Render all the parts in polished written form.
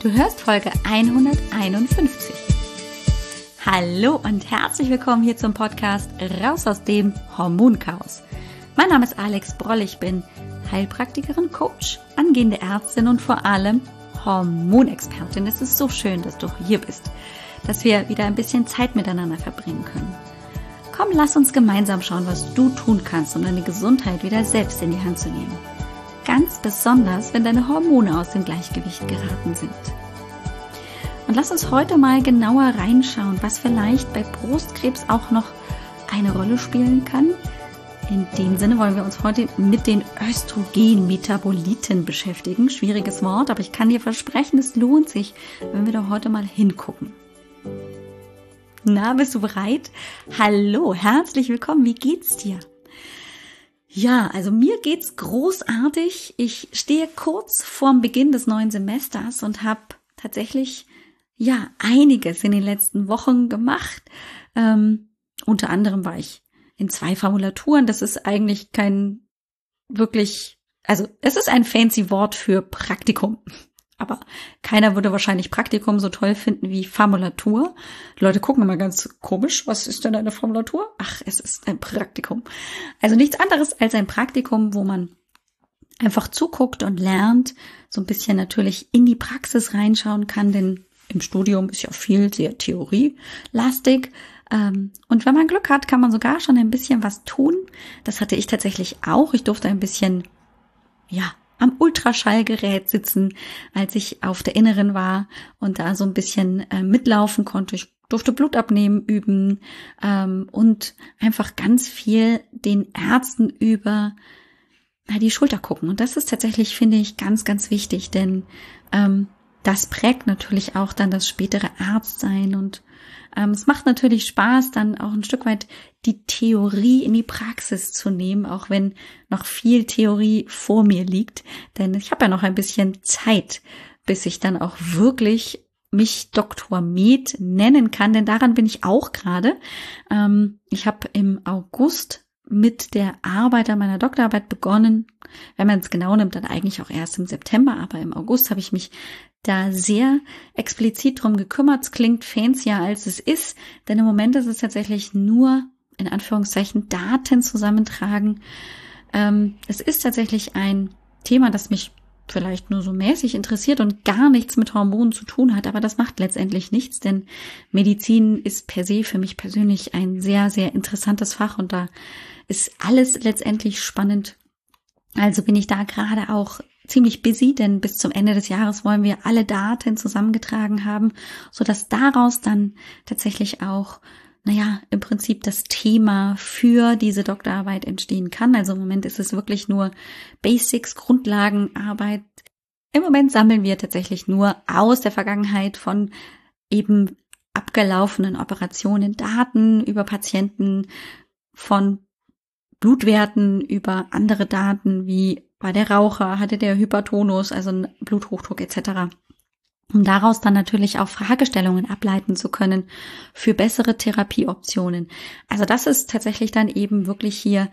Du hörst Folge 151. Hallo und herzlich willkommen hier zum Podcast Raus aus dem Hormonchaos. Mein Name ist Alex Broll, ich bin Heilpraktikerin, Coach, angehende Ärztin und vor allem Hormonexpertin. Es ist so schön, dass du hier bist, dass wir wieder ein bisschen Zeit miteinander verbringen können. Komm, lass uns gemeinsam schauen, was du tun kannst, um deine Gesundheit wieder selbst in die Hand zu nehmen. Ganz besonders, wenn deine Hormone aus dem Gleichgewicht geraten sind. Und lass uns heute mal genauer reinschauen, was vielleicht bei Brustkrebs auch noch eine Rolle spielen kann. In dem Sinne wollen wir uns heute mit den Östrogenmetaboliten beschäftigen. Schwieriges Wort, aber ich kann dir versprechen, es lohnt sich, wenn wir da heute mal hingucken. Na, bist du bereit? Hallo, herzlich willkommen, wie geht's dir? Ja, also mir geht's großartig. Ich stehe kurz vorm Beginn des neuen Semesters und habe tatsächlich einiges in den letzten Wochen gemacht. Unter anderem war ich in 2 Formulaturen. Das ist eigentlich kein wirklich, also es ist ein fancy Wort für Praktikum. Aber keiner würde wahrscheinlich Praktikum so toll finden wie Formulatur. Die Leute gucken immer ganz komisch, was ist denn eine Formulatur? Ach, es ist ein Praktikum. Also nichts anderes als ein Praktikum, wo man einfach zuguckt und lernt, so ein bisschen natürlich in die Praxis reinschauen kann, denn im Studium ist ja viel sehr theorielastig. Und wenn man Glück hat, kann man sogar schon ein bisschen was tun. Das hatte ich tatsächlich auch. Ich durfte ein bisschen, am Ultraschallgerät sitzen, als ich auf der Inneren war und da so ein bisschen mitlaufen konnte. Ich durfte Blutabnehmen üben und einfach ganz viel den Ärzten über die Schulter gucken. Und das ist tatsächlich, finde ich, ganz, ganz wichtig, denn das prägt natürlich auch dann das spätere Arztsein und es macht natürlich Spaß, dann auch ein Stück weit die Theorie in die Praxis zu nehmen, auch wenn noch viel Theorie vor mir liegt. Denn ich habe ja noch ein bisschen Zeit, bis ich dann auch wirklich mich Dr. Med nennen kann, denn daran bin ich auch gerade. Ich habe im August mit der Arbeit an meiner Doktorarbeit begonnen. Wenn man es genau nimmt, dann eigentlich auch erst im September, aber im August habe ich mich da sehr explizit drum gekümmert. Es klingt fancier als es ist, denn im Moment ist es tatsächlich nur, in Anführungszeichen, Daten zusammentragen. Es ist tatsächlich ein Thema, das mich vielleicht nur so mäßig interessiert und gar nichts mit Hormonen zu tun hat, aber das macht letztendlich nichts, denn Medizin ist per se für mich persönlich ein sehr, sehr interessantes Fach und da ist alles letztendlich spannend. Also bin ich da gerade auch ziemlich busy, denn bis zum Ende des Jahres wollen wir alle Daten zusammengetragen haben, sodass daraus dann tatsächlich auch, im Prinzip das Thema für diese Doktorarbeit entstehen kann. Also im Moment ist es wirklich nur Basics, Grundlagenarbeit. Im Moment sammeln wir tatsächlich nur aus der Vergangenheit von eben abgelaufenen Operationen Daten über Patienten, von Blutwerten über andere Daten wie war der Raucher, hatte der Hypertonus, also ein Bluthochdruck etc., um daraus dann natürlich auch Fragestellungen ableiten zu können für bessere Therapieoptionen. Also das ist tatsächlich dann eben wirklich hier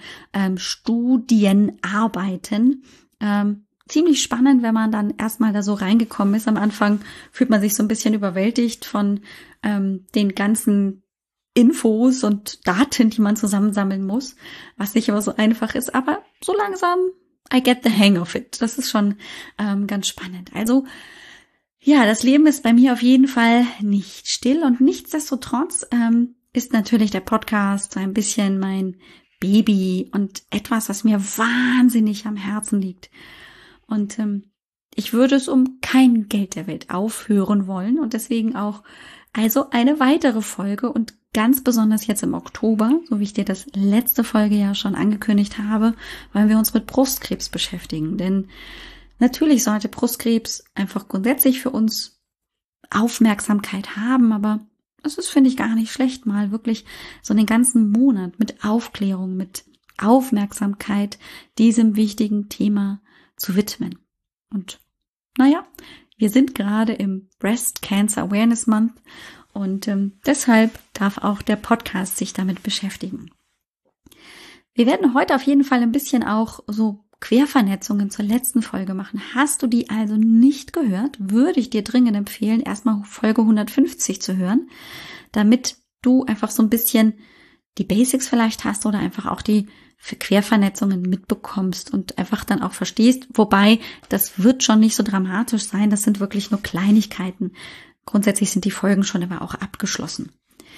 Studienarbeiten. Ziemlich spannend, wenn man dann erstmal da so reingekommen ist. Am Anfang fühlt man sich so ein bisschen überwältigt von den ganzen Infos und Daten, die man zusammensammeln muss, was nicht immer so einfach ist, aber so langsam I get the hang of it. Das ist schon ganz spannend. Also das Leben ist bei mir auf jeden Fall nicht still und nichtsdestotrotz ist natürlich der Podcast so ein bisschen mein Baby und etwas, was mir wahnsinnig am Herzen liegt. Und ich würde es um kein Geld der Welt aufhören wollen und deswegen auch also eine weitere Folge und ganz besonders jetzt im Oktober, so wie ich dir das letzte Folge ja schon angekündigt habe, wollen wir uns mit Brustkrebs beschäftigen. Denn natürlich sollte Brustkrebs einfach grundsätzlich für uns Aufmerksamkeit haben, aber es ist, finde ich, gar nicht schlecht, mal wirklich so den ganzen Monat mit Aufklärung, mit Aufmerksamkeit diesem wichtigen Thema zu widmen. Und wir sind gerade im Breast Cancer Awareness Month und deshalb darf auch der Podcast sich damit beschäftigen. Wir werden heute auf jeden Fall ein bisschen auch so Quervernetzungen zur letzten Folge machen. Hast du die also nicht gehört, würde ich dir dringend empfehlen, erstmal Folge 150 zu hören, damit du einfach so ein bisschen die Basics vielleicht hast oder einfach auch die Quervernetzungen mitbekommst und einfach dann auch verstehst. Wobei, das wird schon nicht so dramatisch sein, das sind wirklich nur Kleinigkeiten. Grundsätzlich sind die Folgen schon aber auch abgeschlossen.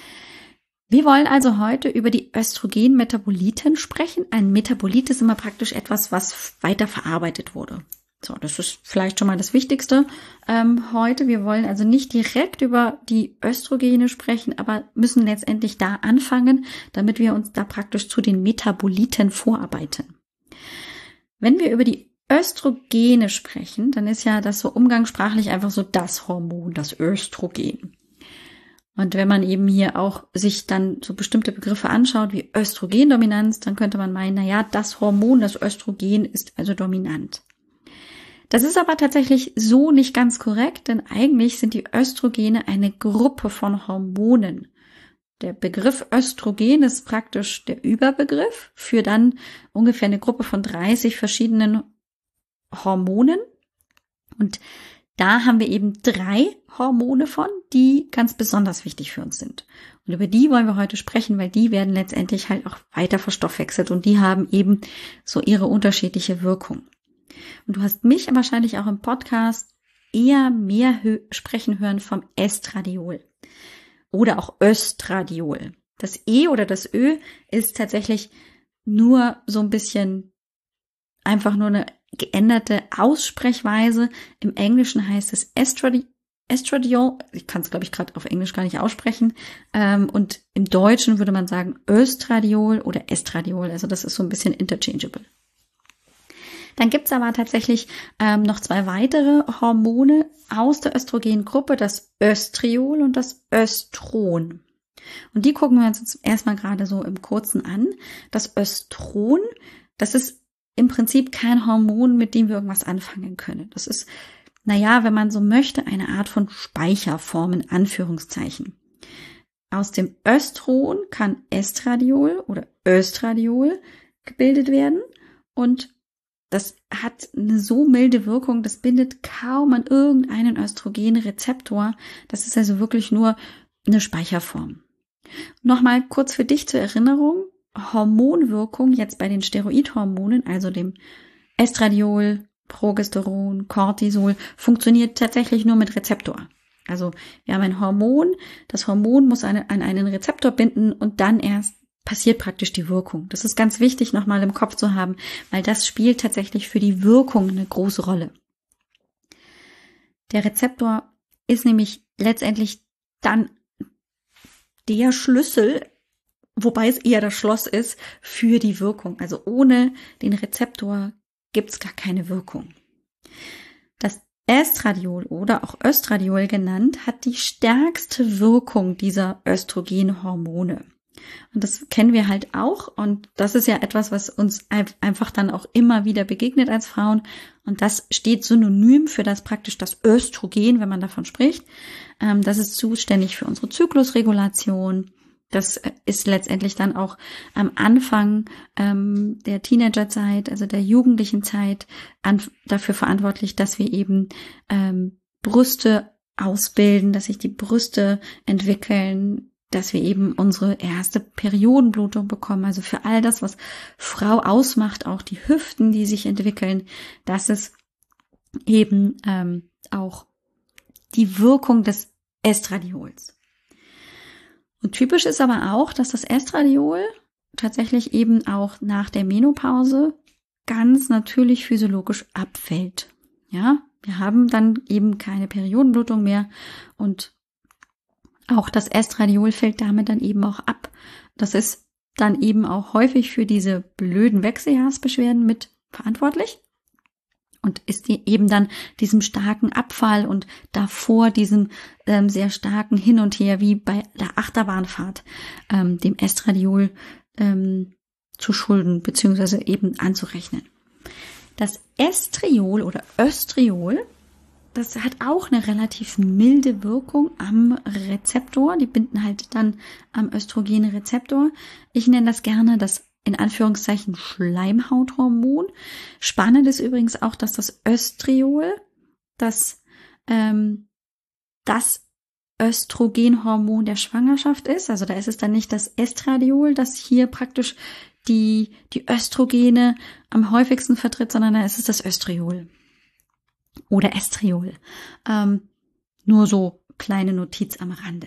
Wir wollen also heute über die Östrogenmetaboliten sprechen. Ein Metabolit ist immer praktisch etwas, was weiter verarbeitet wurde. So, das ist vielleicht schon mal das Wichtigste heute. Wir wollen also nicht direkt über die Östrogene sprechen, aber müssen letztendlich da anfangen, damit wir uns da praktisch zu den Metaboliten vorarbeiten. Wenn wir über die Östrogene sprechen, dann ist ja das so umgangssprachlich einfach so das Hormon, das Östrogen. Und wenn man eben hier auch sich dann so bestimmte Begriffe anschaut wie Östrogendominanz, dann könnte man meinen, naja, das Hormon, das Östrogen ist also dominant. Das ist aber tatsächlich so nicht ganz korrekt, denn eigentlich sind die Östrogene eine Gruppe von Hormonen. Der Begriff Östrogen ist praktisch der Überbegriff für dann ungefähr eine Gruppe von 30 verschiedenen Hormonen. Und da haben wir eben 3 Hormone von, die ganz besonders wichtig für uns sind. Und über die wollen wir heute sprechen, weil die werden letztendlich halt auch weiter verstoffwechselt und die haben eben so ihre unterschiedliche Wirkung. Und du hast mich wahrscheinlich auch im Podcast eher mehr sprechen hören vom Estradiol oder auch Östradiol. Das E oder das Ö ist tatsächlich nur so ein bisschen einfach nur eine geänderte Aussprechweise. Im Englischen heißt es Estradiol. Ich kann es, glaube ich, gerade auf Englisch gar nicht aussprechen. Und im Deutschen würde man sagen Östradiol oder Estradiol. Also das ist so ein bisschen interchangeable. Dann gibt's aber tatsächlich noch 2 weitere Hormone aus der Östrogengruppe, das Östriol und das Östron. Und die gucken wir uns jetzt erstmal gerade so im Kurzen an. Das Östron, das ist im Prinzip kein Hormon, mit dem wir irgendwas anfangen können. Das ist, naja, wenn man so möchte, eine Art von Speicherform in Anführungszeichen. Aus dem Östron kann Estradiol oder Östradiol gebildet werden und das hat eine so milde Wirkung, das bindet kaum an irgendeinen Östrogenrezeptor. Das ist also wirklich nur eine Speicherform. Nochmal kurz für dich zur Erinnerung. Hormonwirkung jetzt bei den Steroidhormonen, also dem Estradiol, Progesteron, Cortisol, funktioniert tatsächlich nur mit Rezeptor. Also wir haben ein Hormon, das Hormon muss an einen Rezeptor binden und dann erst passiert praktisch die Wirkung. Das ist ganz wichtig nochmal im Kopf zu haben, weil das spielt tatsächlich für die Wirkung eine große Rolle. Der Rezeptor ist nämlich letztendlich dann der Schlüssel, wobei es eher das Schloss ist, für die Wirkung. Also ohne den Rezeptor gibt es gar keine Wirkung. Das Estradiol oder auch Östradiol genannt, hat die stärkste Wirkung dieser Östrogenhormone. Und das kennen wir halt auch und das ist ja etwas, was uns einfach dann auch immer wieder begegnet als Frauen und das steht synonym für das praktisch das Östrogen, wenn man davon spricht. Das ist zuständig für unsere Zyklusregulation. Das ist letztendlich dann auch am Anfang der Teenagerzeit, also der jugendlichen Zeit, dafür verantwortlich, dass wir eben Brüste ausbilden, dass sich die Brüste entwickeln, dass wir eben unsere erste Periodenblutung bekommen. Also für all das, was Frau ausmacht, auch die Hüften, die sich entwickeln, das ist eben auch die Wirkung des Estradiols. Und typisch ist aber auch, dass das Estradiol tatsächlich eben auch nach der Menopause ganz natürlich physiologisch abfällt. Ja, wir haben dann eben keine Periodenblutung mehr und auch das Estradiol fällt damit dann eben auch ab. Das ist dann eben auch häufig für diese blöden Wechseljahrsbeschwerden mit verantwortlich und ist eben dann diesem starken Abfall und davor diesem sehr starken Hin und Her wie bei der Achterbahnfahrt dem Estradiol zu schulden bzw. eben anzurechnen. Das Estriol oder Östriol, das hat auch eine relativ milde Wirkung am Rezeptor. Die binden halt dann am Östrogenrezeptor. Ich nenne das gerne das in Anführungszeichen Schleimhauthormon. Spannend ist übrigens auch, dass das Östriol, das Östrogenhormon der Schwangerschaft ist. Also da ist es dann nicht das Estradiol, das hier praktisch die Östrogene am häufigsten vertritt, sondern da ist es das Östriol oder Estriol. Nur so kleine Notiz am Rande.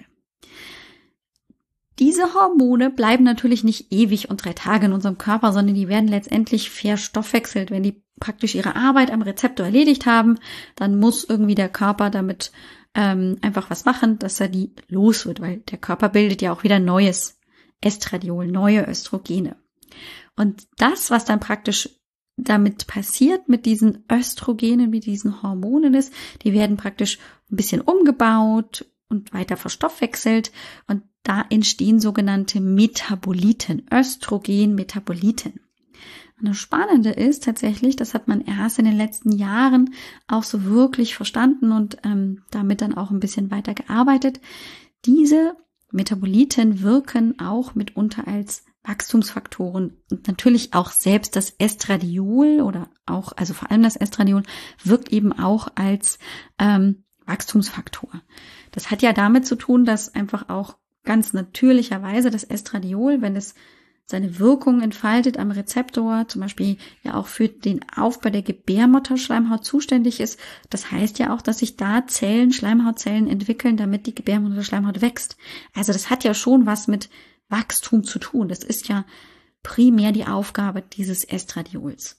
Diese Hormone bleiben natürlich nicht ewig und 3 Tage in unserem Körper, sondern die werden letztendlich verstoffwechselt. Wenn die praktisch ihre Arbeit am Rezeptor erledigt haben, dann muss irgendwie der Körper damit einfach was machen, dass er die los wird, weil der Körper bildet ja auch wieder neues Estradiol, neue Östrogene. Und das, was dann praktisch damit passiert mit diesen Östrogenen, mit diesen Hormonen ist, die werden praktisch ein bisschen umgebaut und weiter verstoffwechselt und da entstehen sogenannte Metaboliten, Östrogenmetaboliten. Und das Spannende ist tatsächlich, das hat man erst in den letzten Jahren auch so wirklich verstanden und damit dann auch ein bisschen weiter gearbeitet. Diese Metaboliten wirken auch mitunter als Wachstumsfaktoren und natürlich auch selbst das Estradiol oder auch, also vor allem das Estradiol, wirkt eben auch als Wachstumsfaktor. Das hat ja damit zu tun, dass einfach auch ganz natürlicherweise das Estradiol, wenn es seine Wirkung entfaltet am Rezeptor, zum Beispiel ja auch für den Aufbau der Gebärmutterschleimhaut zuständig ist. Das heißt ja auch, dass sich da Schleimhautzellen entwickeln, damit die Gebärmutterschleimhaut wächst. Also das hat ja schon was mit Wachstum zu tun. Das ist ja primär die Aufgabe dieses Estradiols.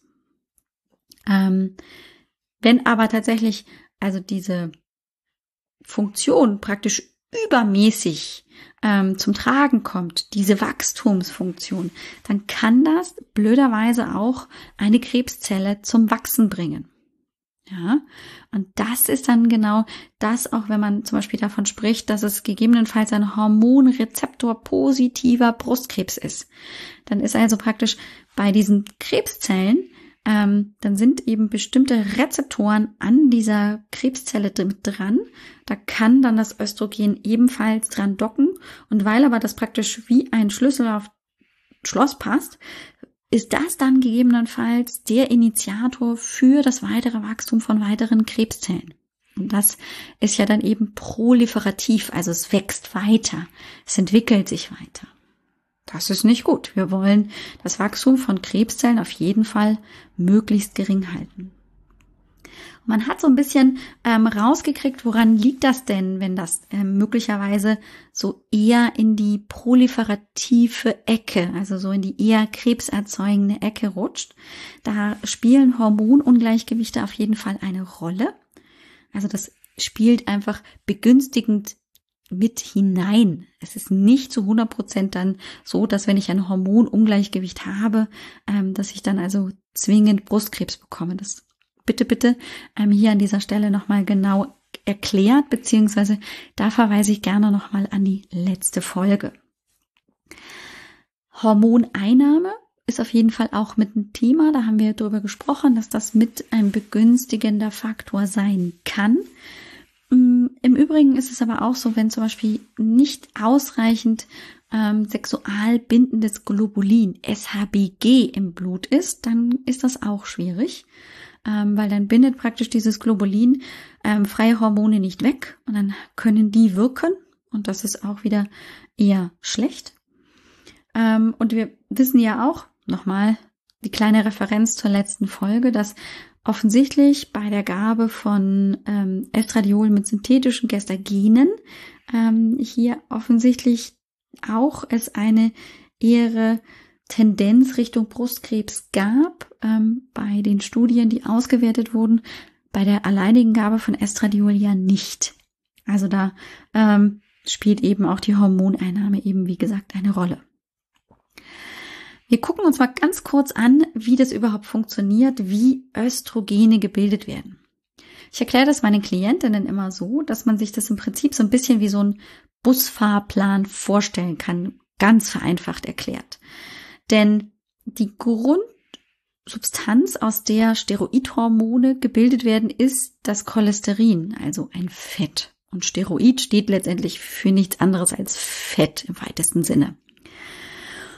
Wenn aber tatsächlich also diese Funktion praktisch übermäßig zum Tragen kommt, diese Wachstumsfunktion, dann kann das blöderweise auch eine Krebszelle zum Wachsen bringen. Ja, und das ist dann genau das, auch wenn man zum Beispiel davon spricht, dass es gegebenenfalls ein hormonrezeptor-positiver Brustkrebs ist. Dann ist also praktisch bei diesen Krebszellen, dann sind eben bestimmte Rezeptoren an dieser Krebszelle mit dran. Da kann dann das Östrogen ebenfalls dran docken. Und weil aber das praktisch wie ein Schlüssel auf Schloss passt, ist das dann gegebenenfalls der Initiator für das weitere Wachstum von weiteren Krebszellen. Und das ist ja dann eben proliferativ, also es wächst weiter, es entwickelt sich weiter. Das ist nicht gut. Wir wollen das Wachstum von Krebszellen auf jeden Fall möglichst gering halten. Und man hat so ein bisschen rausgekriegt, woran liegt das denn, wenn das möglicherweise so eher in die proliferative Ecke, also so in die eher krebserzeugende Ecke rutscht. Da spielen Hormonungleichgewichte auf jeden Fall eine Rolle. Also das spielt einfach begünstigend mit hinein. Es ist nicht zu 100% dann so, dass wenn ich ein Hormonungleichgewicht habe, dass ich dann also zwingend Brustkrebs bekomme. Das bitte hier an dieser Stelle nochmal genau erklärt, beziehungsweise da verweise ich gerne nochmal an die letzte Folge. Hormoneinnahme ist auf jeden Fall auch mit ein Thema. Da haben wir darüber gesprochen, dass das mit ein begünstigender Faktor sein kann. Im Übrigen ist es aber auch so, wenn zum Beispiel nicht ausreichend sexual bindendes Globulin, SHBG, im Blut ist, dann ist das auch schwierig, weil dann bindet praktisch dieses Globulin freie Hormone nicht weg und dann können die wirken und das ist auch wieder eher schlecht. Und wir wissen ja auch, nochmal die kleine Referenz zur letzten Folge, dass offensichtlich bei der Gabe von Estradiol mit synthetischen Gestagenen hier offensichtlich auch es eine eher Tendenz Richtung Brustkrebs gab bei den Studien, die ausgewertet wurden, bei der alleinigen Gabe von Estradiol ja nicht. Also da spielt eben auch die Hormoneinnahme eben, wie gesagt, eine Rolle. Wir gucken uns mal ganz kurz an, wie das überhaupt funktioniert, wie Östrogene gebildet werden. Ich erkläre das meinen Klientinnen immer so, dass man sich das im Prinzip so ein bisschen wie so ein Busfahrplan vorstellen kann, ganz vereinfacht erklärt. Denn die Grundsubstanz, aus der Steroidhormone gebildet werden, ist das Cholesterin, also ein Fett. Und Steroid steht letztendlich für nichts anderes als Fett im weitesten Sinne.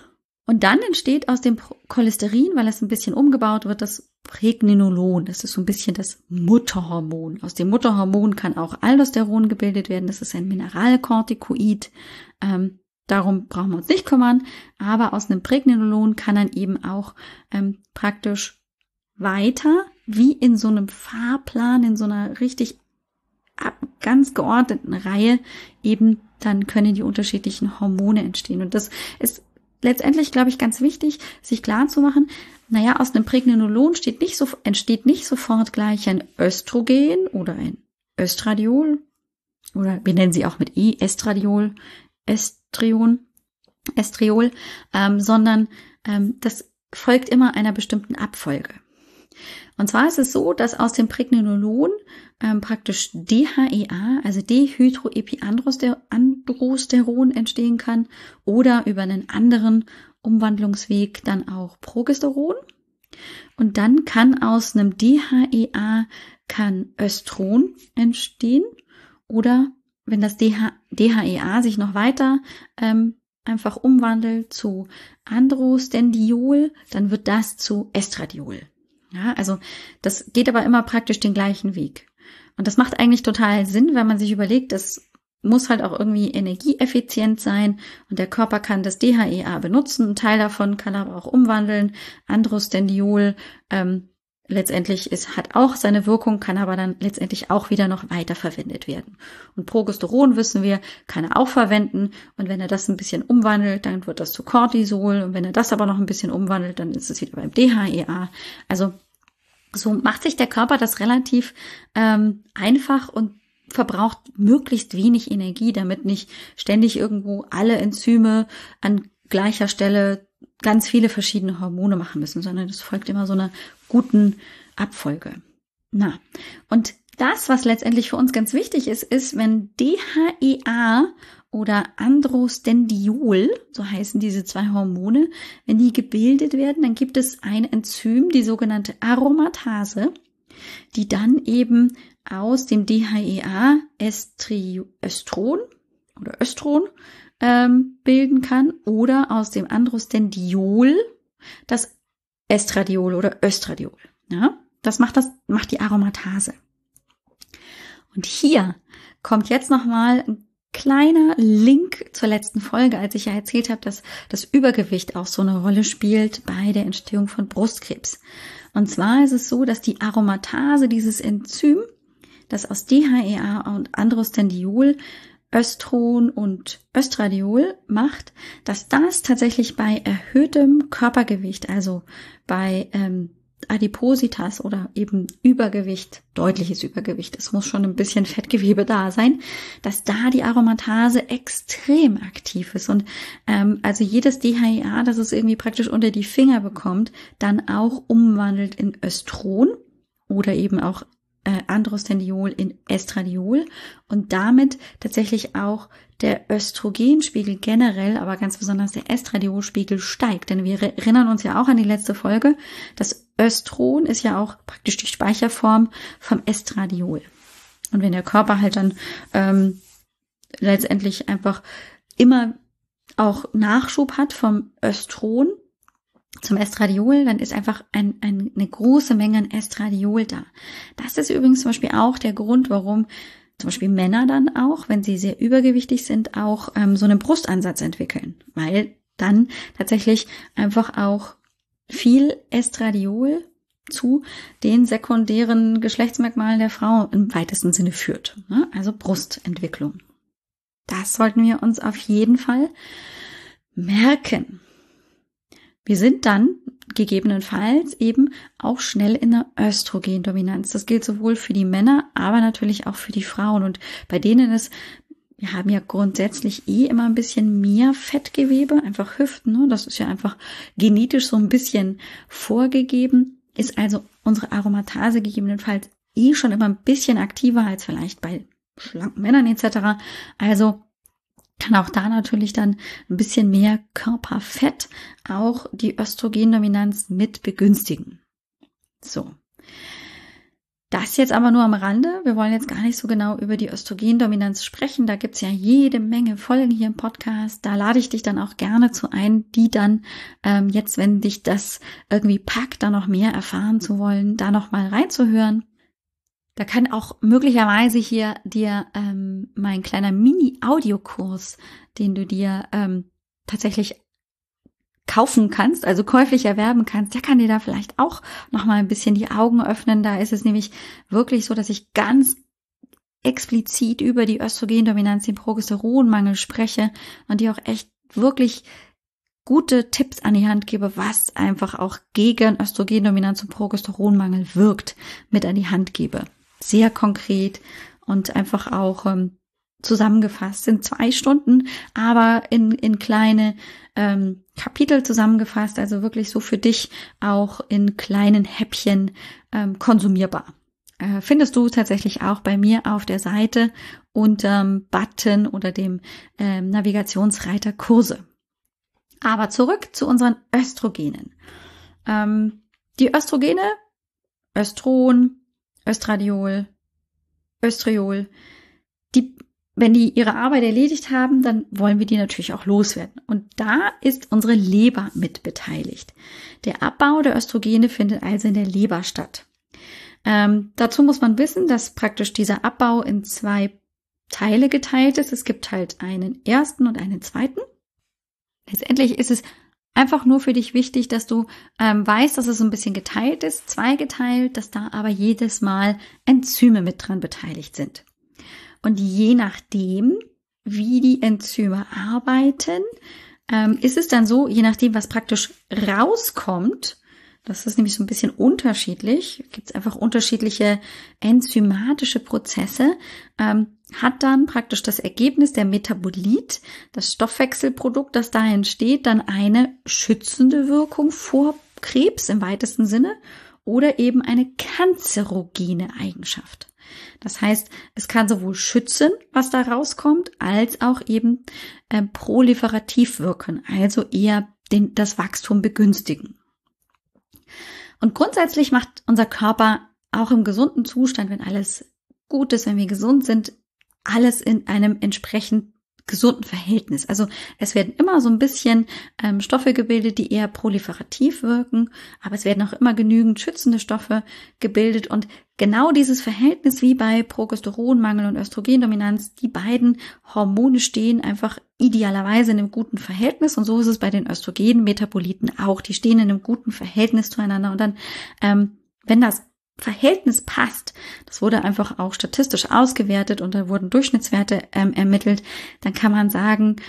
Und dann entsteht aus dem Cholesterin, weil es ein bisschen umgebaut wird, das Pregnenolon. Das ist so ein bisschen das Mutterhormon. Aus dem Mutterhormon kann auch Aldosteron gebildet werden. Das ist ein Mineralkortikoid. Darum brauchen wir uns nicht kümmern. Aber aus einem Pregnenolon kann dann eben auch praktisch weiter, wie in so einem Fahrplan, in so einer richtig ganz geordneten Reihe, eben dann können die unterschiedlichen Hormone entstehen. Und das ist letztendlich, glaube ich, ganz wichtig, sich klar zu machen, aus einem Pregnenolon entsteht nicht sofort gleich ein Östrogen oder ein Östradiol, oder wir nennen sie auch mit E, Estriol, sondern das folgt immer einer bestimmten Abfolge. Und zwar ist es so, dass aus dem Pregnenolon praktisch DHEA, also Dehydroepiandrosteron entstehen kann oder über einen anderen Umwandlungsweg dann auch Progesteron. Und dann kann aus einem DHEA Östron entstehen oder wenn das DHEA sich noch weiter einfach umwandelt zu Androstendiol, dann wird das zu Estradiol. Ja, also das geht aber immer praktisch den gleichen Weg. Und das macht eigentlich total Sinn, wenn man sich überlegt, das muss halt auch irgendwie energieeffizient sein und der Körper kann das DHEA benutzen. Ein Teil davon kann er aber auch umwandeln. Androstendiol letztendlich hat auch seine Wirkung, kann aber dann letztendlich auch wieder noch weiterverwendet werden. Und Progesteron, wissen wir, kann er auch verwenden. Und wenn er das ein bisschen umwandelt, dann wird das zu Cortisol. Und wenn er das aber noch ein bisschen umwandelt, dann ist es wieder beim DHEA. Also so macht sich der Körper das relativ einfach und verbraucht möglichst wenig Energie, damit nicht ständig irgendwo alle Enzyme an gleicher Stelle ganz viele verschiedene Hormone machen müssen, sondern es folgt immer so einer guten Abfolge. Und das, was letztendlich für uns ganz wichtig ist, wenn DHEA oder Androstendiol, so heißen diese zwei Hormone, wenn die gebildet werden, dann gibt es ein Enzym, die sogenannte Aromatase, die dann eben aus dem DHEA Östron bilden kann oder aus dem Androstendiol das Estradiol oder Östradiol. Ja, das macht die Aromatase. Und hier kommt jetzt nochmal ein kleiner Link zur letzten Folge, als ich ja erzählt habe, dass das Übergewicht auch so eine Rolle spielt bei der Entstehung von Brustkrebs. Und zwar ist es so, dass die Aromatase, dieses Enzym, das aus DHEA und Androstendiol Östron und Östradiol macht, dass das tatsächlich bei erhöhtem Körpergewicht, also bei Adipositas oder eben Übergewicht, deutliches Übergewicht, es muss schon ein bisschen Fettgewebe da sein, dass da die Aromatase extrem aktiv ist und also jedes DHEA, das es irgendwie praktisch unter die Finger bekommt, dann auch umwandelt in Östron oder eben auch Androstendiol in Estradiol und damit tatsächlich auch der Östrogenspiegel generell, aber ganz besonders der Estradiolspiegel steigt. Denn wir erinnern uns ja auch an die letzte Folge, das Östron ist ja auch praktisch die Speicherform vom Estradiol. Und wenn der Körper halt dann letztendlich einfach immer auch Nachschub hat vom Östron zum Estradiol, dann ist einfach eine große Menge an Estradiol da. Das ist übrigens zum Beispiel auch der Grund, warum zum Beispiel Männer dann auch, wenn sie sehr übergewichtig sind, auch so einen Brustansatz entwickeln, weil dann tatsächlich einfach auch viel Estradiol zu den sekundären Geschlechtsmerkmalen der Frau im weitesten Sinne führt. Also Brustentwicklung. Das sollten wir uns auf jeden Fall merken. Wir sind dann gegebenenfalls eben auch schnell in der Östrogendominanz. Das gilt sowohl für die Männer, aber natürlich auch für die Frauen. Und bei denen wir haben ja grundsätzlich immer ein bisschen mehr Fettgewebe, einfach Hüften. Ne? Das ist ja einfach genetisch so ein bisschen vorgegeben. Ist also unsere Aromatase gegebenenfalls schon immer ein bisschen aktiver als vielleicht bei schlanken Männern etc. Also kann auch da natürlich dann ein bisschen mehr Körperfett auch die Östrogendominanz mit begünstigen. So. Das jetzt aber nur am Rande. Wir wollen jetzt gar nicht so genau über die Östrogendominanz sprechen. Da gibt's ja jede Menge Folgen hier im Podcast. Da lade ich dich dann auch gerne zu ein, die dann jetzt, wenn dich das irgendwie packt, da noch mehr erfahren zu wollen, da noch mal reinzuhören. Da kann auch möglicherweise hier dir mein kleiner Mini-Audiokurs, den du dir tatsächlich kaufen kannst, also käuflich erwerben kannst, der kann dir da vielleicht auch noch mal ein bisschen die Augen öffnen. Da ist es nämlich wirklich so, dass ich ganz explizit über die Östrogendominanz, den Progesteronmangel spreche und dir auch echt wirklich gute Tipps an die Hand gebe, was einfach auch gegen Östrogendominanz und Progesteronmangel wirkt, mit an die Hand gebe. Sehr konkret und einfach auch zusammengefasst in 2 Stunden, aber in kleine Kapitel zusammengefasst, also wirklich so für dich auch in kleinen Häppchen konsumierbar. Findest du tatsächlich auch bei mir auf der Seite unterm Button oder dem Navigationsreiter Kurse. Aber zurück zu unseren Östrogenen. Die Östrogene, Östron, Östradiol, Östriol, wenn die ihre Arbeit erledigt haben, dann wollen wir die natürlich auch loswerden. Und da ist unsere Leber mit beteiligt. Der Abbau der Östrogene findet also in der Leber statt. Dazu muss man wissen, dass praktisch dieser Abbau in 2 Teile geteilt ist. Es gibt halt einen ersten und einen zweiten. Letztendlich ist es einfach nur für dich wichtig, dass du weißt, dass es so ein bisschen geteilt ist, zweigeteilt, dass da aber jedes Mal Enzyme mit dran beteiligt sind. Und je nachdem, wie die Enzyme arbeiten, ist es dann so, je nachdem, was praktisch rauskommt, das ist nämlich so ein bisschen unterschiedlich, gibt es einfach unterschiedliche enzymatische Prozesse, hat dann praktisch das Ergebnis, der Metabolit, das Stoffwechselprodukt, das da entsteht, dann eine schützende Wirkung vor Krebs im weitesten Sinne oder eben eine kanzerogene Eigenschaft. Das heißt, es kann sowohl schützen, was da rauskommt, als auch eben proliferativ wirken, also eher das Wachstum begünstigen. Und grundsätzlich macht unser Körper auch im gesunden Zustand, wenn alles gut ist, wenn wir gesund sind, alles in einem entsprechend gesunden Verhältnis. Also es werden immer so ein bisschen Stoffe gebildet, die eher proliferativ wirken, aber es werden auch immer genügend schützende Stoffe gebildet und genau dieses Verhältnis wie bei Progesteronmangel und Östrogendominanz, die beiden Hormone stehen einfach idealerweise in einem guten Verhältnis und so ist es bei den Östrogenmetaboliten auch. Die stehen in einem guten Verhältnis zueinander und dann, wenn das Verhältnis passt, das wurde einfach auch statistisch ausgewertet und da wurden Durchschnittswerte ermittelt, dann kann man sagen,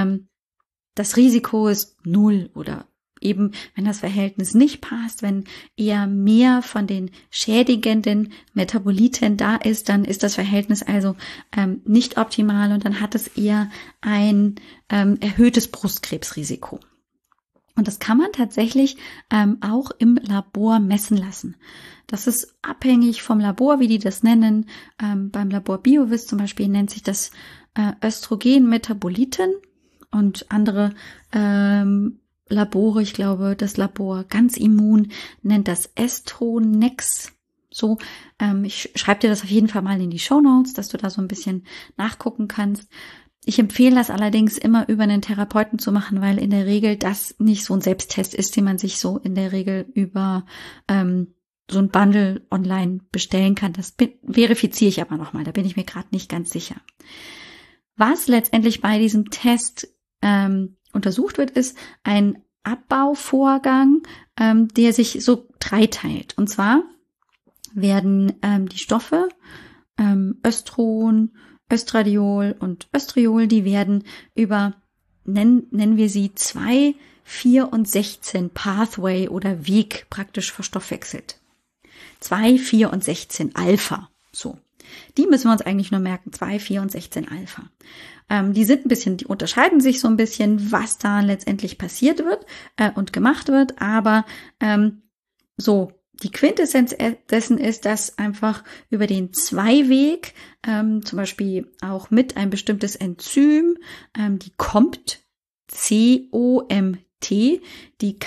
das Risiko ist 0 oder eben, wenn das Verhältnis nicht passt, wenn eher mehr von den schädigenden Metaboliten da ist, dann ist das Verhältnis also nicht optimal und dann hat es eher ein erhöhtes Brustkrebsrisiko. Und das kann man tatsächlich auch im Labor messen lassen. Das ist abhängig vom Labor, wie die das nennen. Beim Labor Biovis zum Beispiel nennt sich das Östrogenmetaboliten und andere Labore, ich glaube, das Labor Ganz Immun nennt das Estronex. So, ich schreibe dir das auf jeden Fall mal in die Shownotes, dass du da so ein bisschen nachgucken kannst. Ich empfehle das allerdings immer über einen Therapeuten zu machen, weil in der Regel das nicht so ein Selbsttest ist, den man sich so in der Regel über so ein Bundle online bestellen kann. Das verifiziere ich aber nochmal, da bin ich mir gerade nicht ganz sicher. Was letztendlich bei diesem Test untersucht wird, ist ein Abbauvorgang, der sich so dreiteilt. Und zwar werden die Stoffe Östron, Östradiol und Östriol, die werden über, nennen wir sie 2, 4 und 16 Pathway oder Weg praktisch verstoffwechselt. 2, 4 und 16 Alpha, so. Die müssen wir uns eigentlich nur merken, 2, 4 und 16 Alpha. Die sind ein bisschen, die unterscheiden sich so ein bisschen, was da letztendlich passiert wird und gemacht wird, aber so, die Quintessenz dessen ist, dass einfach über den Zweiweg, zum Beispiel auch mit ein bestimmtes Enzym, die COMT, COMT, COMT, die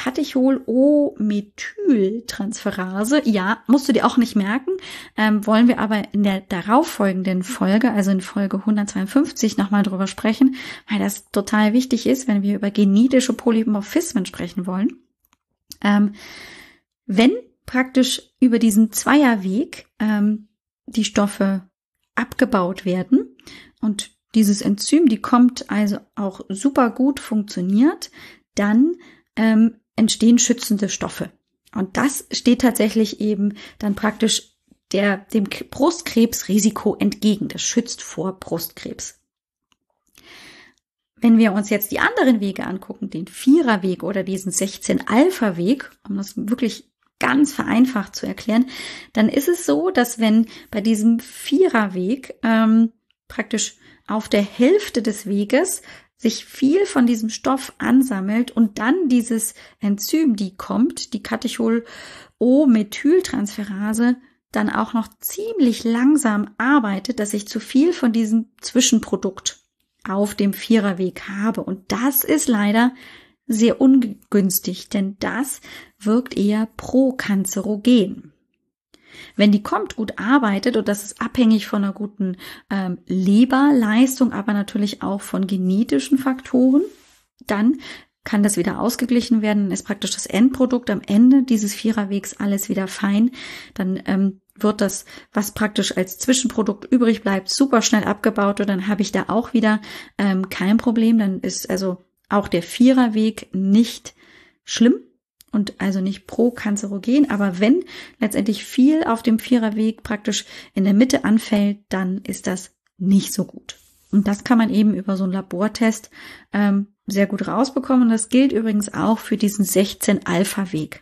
Katechol-O-Methyltransferase. Ja, musst du dir auch nicht merken, wollen wir aber in der darauffolgenden Folge, also in Folge 152, nochmal drüber sprechen, weil das total wichtig ist, wenn wir über genetische Polymorphismen sprechen wollen. Wenn praktisch über diesen Zweierweg die Stoffe abgebaut werden und dieses Enzym, die kommt also auch super gut funktioniert, dann entstehen schützende Stoffe. Und das steht tatsächlich eben dann praktisch dem Brustkrebsrisiko entgegen. Das schützt vor Brustkrebs. Wenn wir uns jetzt die anderen Wege angucken, den Viererweg oder diesen 16-Alpha-Weg, um das wirklich ganz vereinfacht zu erklären, dann ist es so, dass wenn bei diesem Viererweg praktisch auf der Hälfte des Weges sich viel von diesem Stoff ansammelt und dann dieses Enzym, die kommt, die Katechol-O-Methyltransferase, dann auch noch ziemlich langsam arbeitet, dass ich zu viel von diesem Zwischenprodukt auf dem Viererweg habe. Und das ist leider sehr ungünstig, denn das wirkt eher prokanzerogen. Wenn die kommt, gut arbeitet, und das ist abhängig von einer guten Leberleistung, aber natürlich auch von genetischen Faktoren, dann kann das wieder ausgeglichen werden, dann ist praktisch das Endprodukt am Ende dieses Viererwegs alles wieder fein, dann wird das, was praktisch als Zwischenprodukt übrig bleibt, super schnell abgebaut und dann habe ich da auch wieder kein Problem, dann ist also auch der Viererweg nicht schlimm und also nicht prokanzerogen, aber wenn letztendlich viel auf dem Viererweg praktisch in der Mitte anfällt, dann ist das nicht so gut. Und das kann man eben über so einen Labortest sehr gut rausbekommen. Und das gilt übrigens auch für diesen 16-Alpha-Weg.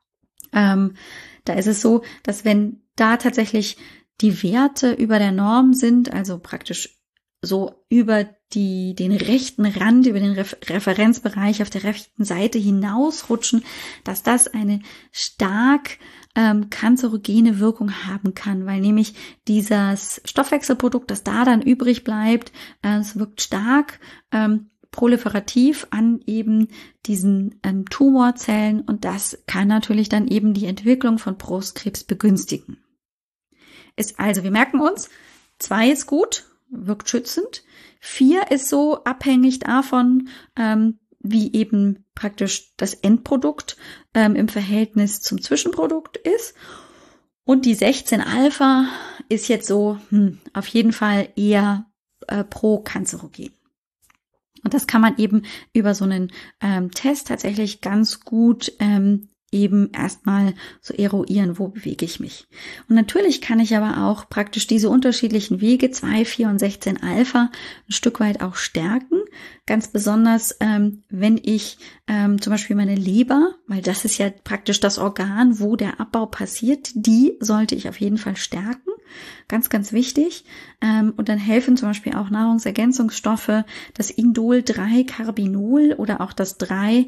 Da ist es so, dass wenn da tatsächlich die Werte über der Norm sind, also praktisch so über den rechten Rand, über den Referenzbereich auf der rechten Seite hinausrutschen, dass das eine stark kanzerogene Wirkung haben kann, weil nämlich dieses Stoffwechselprodukt, das da dann übrig bleibt, es wirkt stark proliferativ an eben diesen Tumorzellen und das kann natürlich dann eben die Entwicklung von Brustkrebs begünstigen. Also, wir merken uns, 2 ist gut, wirkt schützend. 4 ist so abhängig davon, wie eben praktisch das Endprodukt im Verhältnis zum Zwischenprodukt ist. Und die 16-Alpha ist jetzt so auf jeden Fall eher prokanzerogen. Und das kann man eben über so einen Test tatsächlich ganz gut eben erstmal so eruieren, wo bewege ich mich. Und natürlich kann ich aber auch praktisch diese unterschiedlichen Wege, 2, 4 und 16-Alpha, ein Stück weit auch stärken. Ganz besonders, wenn ich zum Beispiel meine Leber, weil das ist ja praktisch das Organ, wo der Abbau passiert, die sollte ich auf jeden Fall stärken. Ganz, ganz wichtig. Und dann helfen zum Beispiel auch Nahrungsergänzungsstoffe, das Indol-3-Carbinol oder auch das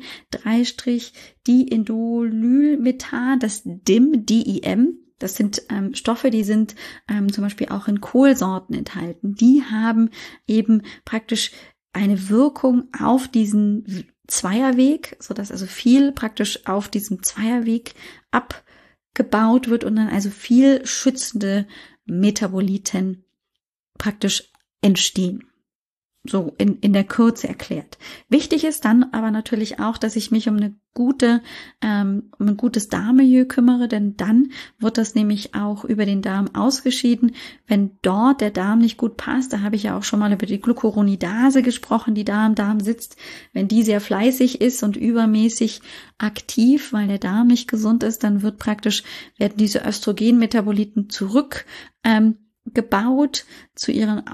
3-Diindolylmethan, das DIM. Das sind Stoffe, die sind zum Beispiel auch in Kohlsorten enthalten. Die haben eben praktisch eine Wirkung auf diesen Zweierweg, sodass also viel praktisch auf diesem Zweierweg abgebaut wird und dann also viel schützende Metaboliten praktisch entstehen. So in der Kürze erklärt. Wichtig ist dann aber natürlich auch, dass ich mich um ein gutes Darmmilieu kümmere, denn dann wird das nämlich auch über den Darm ausgeschieden. Wenn dort der Darm nicht gut passt, da habe ich ja auch schon mal über die Glucuronidase gesprochen, die da im Darm sitzt. Wenn die sehr fleißig ist und übermäßig aktiv, weil der Darm nicht gesund ist, dann werden diese Östrogenmetaboliten zurückgebaut zu ihren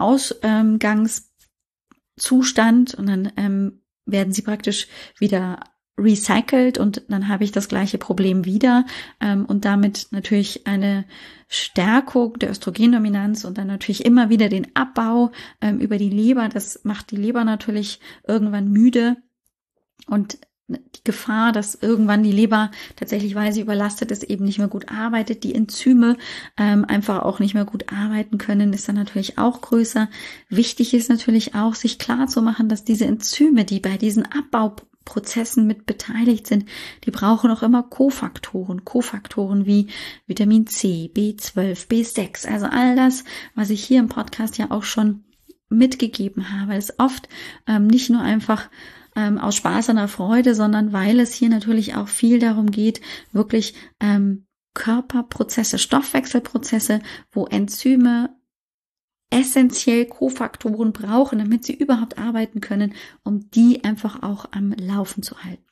Ausgangszustand und dann werden sie praktisch wieder recycelt und dann habe ich das gleiche Problem wieder und damit natürlich eine Stärkung der Östrogendominanz und dann natürlich immer wieder den Abbau über die Leber. Das macht die Leber natürlich irgendwann müde und die Gefahr, dass irgendwann die Leber tatsächlich, weil sie überlastet ist, eben nicht mehr gut arbeitet, die Enzyme einfach auch nicht mehr gut arbeiten können, ist dann natürlich auch größer. Wichtig ist natürlich auch, sich klar zu machen, dass diese Enzyme, die bei diesen Abbauprozessen Prozessen mit beteiligt sind, die brauchen auch immer Kofaktoren wie Vitamin C, B12, B6, also all das, was ich hier im Podcast ja auch schon mitgegeben habe, ist oft nicht nur einfach aus Spaß und der Freude, sondern weil es hier natürlich auch viel darum geht, wirklich Körperprozesse, Stoffwechselprozesse, wo Enzyme essentiell Kofaktoren brauchen, damit sie überhaupt arbeiten können, um die einfach auch am Laufen zu halten.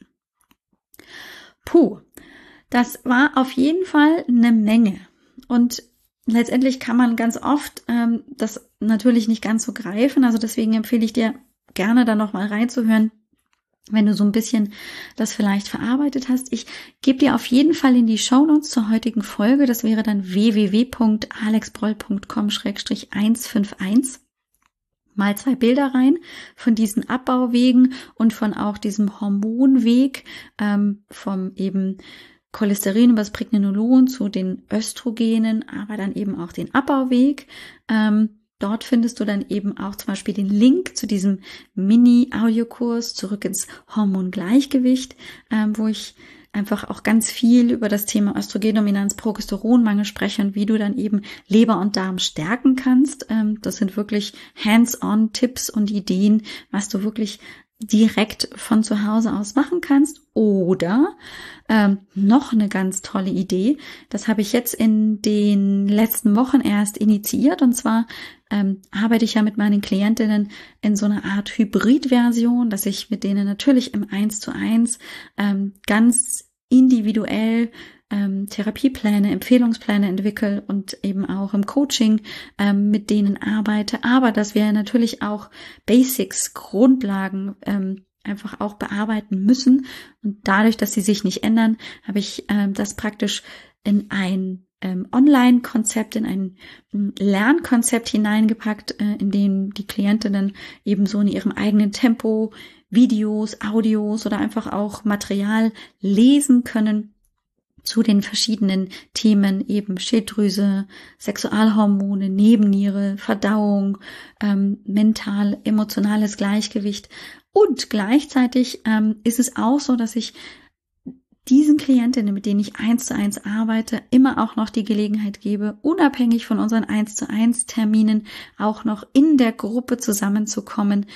Das war auf jeden Fall eine Menge. Und letztendlich kann man ganz oft das natürlich nicht ganz so greifen. Also deswegen empfehle ich dir gerne da nochmal reinzuhören, wenn du so ein bisschen das vielleicht verarbeitet hast. Ich gebe dir auf jeden Fall in die Shownotes zur heutigen Folge, das wäre dann www.alexbroll.com/151, mal 2 Bilder rein von diesen Abbauwegen und von auch diesem Hormonweg, vom eben Cholesterin über das Pregnenolon zu den Östrogenen, aber dann eben auch den Abbauweg. Dort findest du dann eben auch zum Beispiel den Link zu diesem Mini-Audiokurs zurück ins Hormongleichgewicht, wo ich einfach auch ganz viel über das Thema Östrogendominanz, Progesteronmangel spreche und wie du dann eben Leber und Darm stärken kannst. Das sind wirklich hands-on Tipps und Ideen, was du wirklich direkt von zu Hause aus machen kannst. Oder noch eine ganz tolle Idee, das habe ich jetzt in den letzten Wochen erst initiiert, und zwar arbeite ich ja mit meinen Klientinnen in so einer Art Hybrid-Version, dass ich mit denen natürlich im 1:1 ganz individuell Therapiepläne, Empfehlungspläne entwickle und eben auch im Coaching mit denen arbeite, aber dass wir natürlich auch Basics, Grundlagen einfach auch bearbeiten müssen, und dadurch, dass sie sich nicht ändern, habe ich das praktisch in ein Online-Konzept, in ein Lernkonzept hineingepackt, in dem die Klientinnen eben so in ihrem eigenen Tempo Videos, Audios oder einfach auch Material lesen können zu den verschiedenen Themen, eben Schilddrüse, Sexualhormone, Nebenniere, Verdauung, mental, emotionales Gleichgewicht. Und gleichzeitig ist es auch so, dass ich diesen Klientinnen, mit denen ich 1:1 arbeite, immer auch noch die Gelegenheit gebe, unabhängig von unseren 1:1 Terminen auch noch in der Gruppe zusammenzukommen,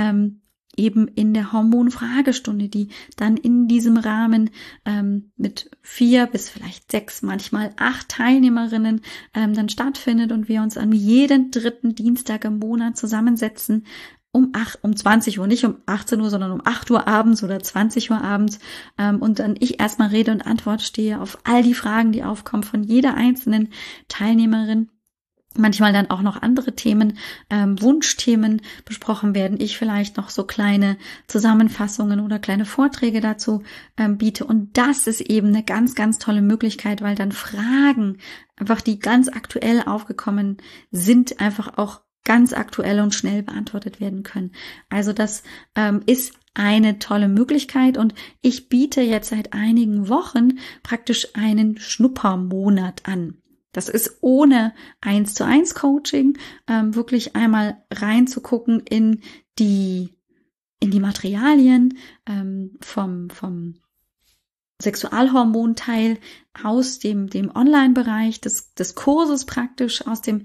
eben in der Hormonfragestunde, die dann in diesem Rahmen mit 4 bis vielleicht 6, manchmal 8 Teilnehmerinnen dann stattfindet und wir uns an jeden 3. Dienstag im Monat zusammensetzen, um 20 Uhr, nicht um 18 Uhr, sondern um 8 Uhr abends oder 20 Uhr abends, und dann ich erstmal Rede und Antwort stehe auf all die Fragen, die aufkommen von jeder einzelnen Teilnehmerin. Manchmal dann auch noch andere Themen, Wunschthemen besprochen werden. Ich vielleicht noch so kleine Zusammenfassungen oder kleine Vorträge dazu biete. Und das ist eben eine ganz, ganz tolle Möglichkeit, weil dann Fragen, einfach die ganz aktuell aufgekommen sind, einfach auch ganz aktuell und schnell beantwortet werden können. Also das ist eine tolle Möglichkeit, und ich biete jetzt seit einigen Wochen praktisch einen Schnuppermonat an. Das ist ohne 1:1 Coaching, wirklich einmal reinzugucken in die Materialien vom Sexualhormonteil aus dem Online-Bereich des Kurses praktisch, aus dem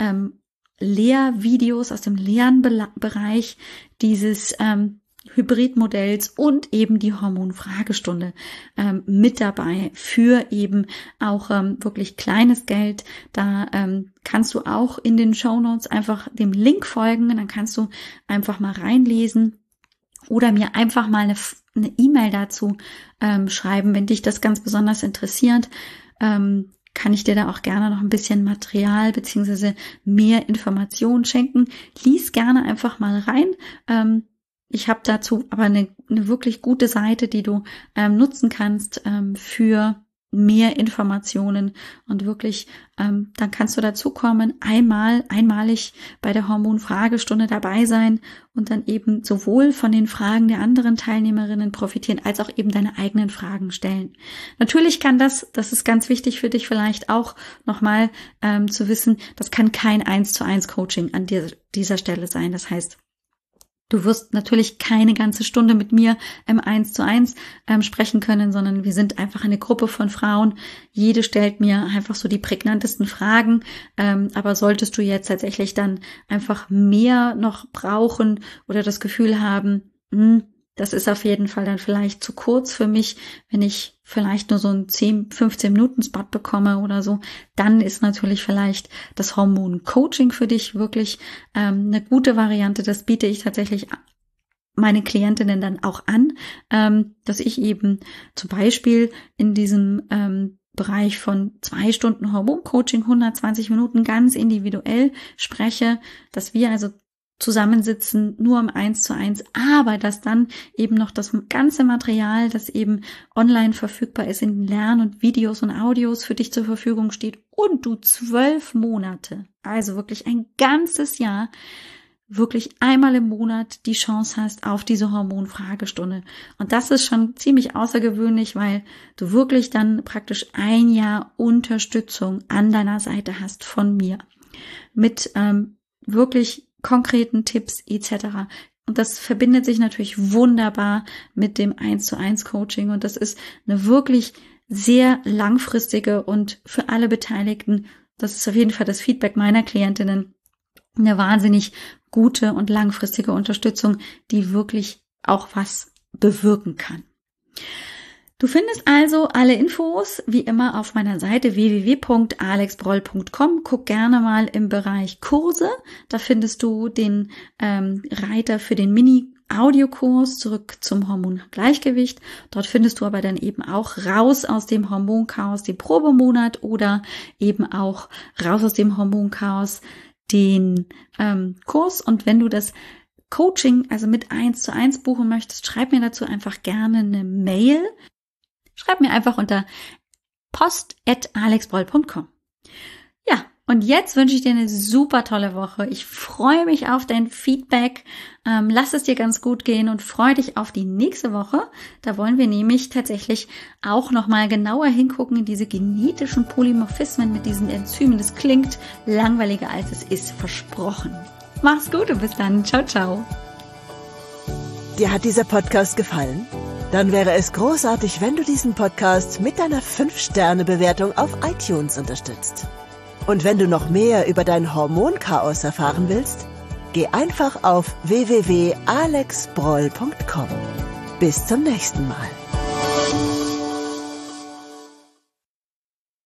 Lehrvideos, aus dem Lernbereich dieses Hybridmodells und eben die Hormonfragestunde mit dabei für eben auch wirklich kleines Geld. Da kannst du auch in den Shownotes einfach dem Link folgen, dann kannst du einfach mal reinlesen oder mir einfach mal eine E-Mail dazu schreiben, wenn dich das ganz besonders interessiert. Kann ich dir da auch gerne noch ein bisschen Material beziehungsweise mehr Informationen schenken. Lies gerne einfach mal rein. Ich habe dazu aber eine wirklich gute Seite, die du nutzen kannst für mehr Informationen, und wirklich, dann kannst du dazu kommen, einmalig bei der Hormonfragestunde dabei sein und dann eben sowohl von den Fragen der anderen Teilnehmerinnen profitieren, als auch eben deine eigenen Fragen stellen. Natürlich kann das ist ganz wichtig für dich vielleicht auch nochmal zu wissen, das kann kein 1:1 Coaching an dieser Stelle sein. Das heißt, Du wirst natürlich keine ganze Stunde mit mir im 1:1 sprechen können, sondern wir sind einfach eine Gruppe von Frauen. Jede stellt mir einfach so die prägnantesten Fragen. Aber solltest du jetzt tatsächlich dann einfach mehr noch brauchen oder das Gefühl haben, das ist auf jeden Fall dann vielleicht zu kurz für mich, wenn ich vielleicht nur so einen 10-15-Minuten-Spot bekomme oder so, dann ist natürlich vielleicht das Hormon-Coaching für dich wirklich eine gute Variante. Das biete ich tatsächlich meine Klientinnen dann auch an, dass ich eben zum Beispiel in diesem Bereich von 2 Stunden Hormon-Coaching, 120 Minuten ganz individuell spreche, dass wir also zusammensitzen, nur im 1:1, aber dass dann eben noch das ganze Material, das eben online verfügbar ist, in Lern- und Videos und Audios für dich zur Verfügung steht und du 12 Monate, also wirklich ein ganzes Jahr, wirklich einmal im Monat die Chance hast auf diese Hormonfragestunde. Und das ist schon ziemlich außergewöhnlich, weil du wirklich dann praktisch ein Jahr Unterstützung an deiner Seite hast von mir mit wirklich konkreten Tipps etc. Und das verbindet sich natürlich wunderbar mit dem 1:1 Coaching und das ist eine wirklich sehr langfristige und für alle Beteiligten, das ist auf jeden Fall das Feedback meiner Klientinnen, eine wahnsinnig gute und langfristige Unterstützung, die wirklich auch was bewirken kann. Du findest also alle Infos wie immer auf meiner Seite www.alexbroll.com. Guck gerne mal im Bereich Kurse. Da findest du den Reiter für den Mini-Audiokurs zurück zum Hormongleichgewicht. Dort findest du aber dann eben auch raus aus dem Hormonchaos den Probemonat oder eben auch raus aus dem Hormonchaos den Kurs. Und wenn du das Coaching also mit 1:1 buchen möchtest, schreib mir dazu einfach gerne eine Mail. Schreib mir einfach unter post@alexbroll.com. Ja, und jetzt wünsche ich dir eine super tolle Woche. Ich freue mich auf dein Feedback. Lass es dir ganz gut gehen und freue dich auf die nächste Woche. Da wollen wir nämlich tatsächlich auch nochmal genauer hingucken in diese genetischen Polymorphismen mit diesen Enzymen. Das klingt langweiliger als es ist, versprochen. Mach's gut und bis dann. Ciao, ciao. Dir hat dieser Podcast gefallen? Dann wäre es großartig, wenn du diesen Podcast mit deiner 5-Sterne-Bewertung auf iTunes unterstützt. Und wenn du noch mehr über dein Hormonchaos erfahren willst, geh einfach auf www.alexbroll.com. Bis zum nächsten Mal.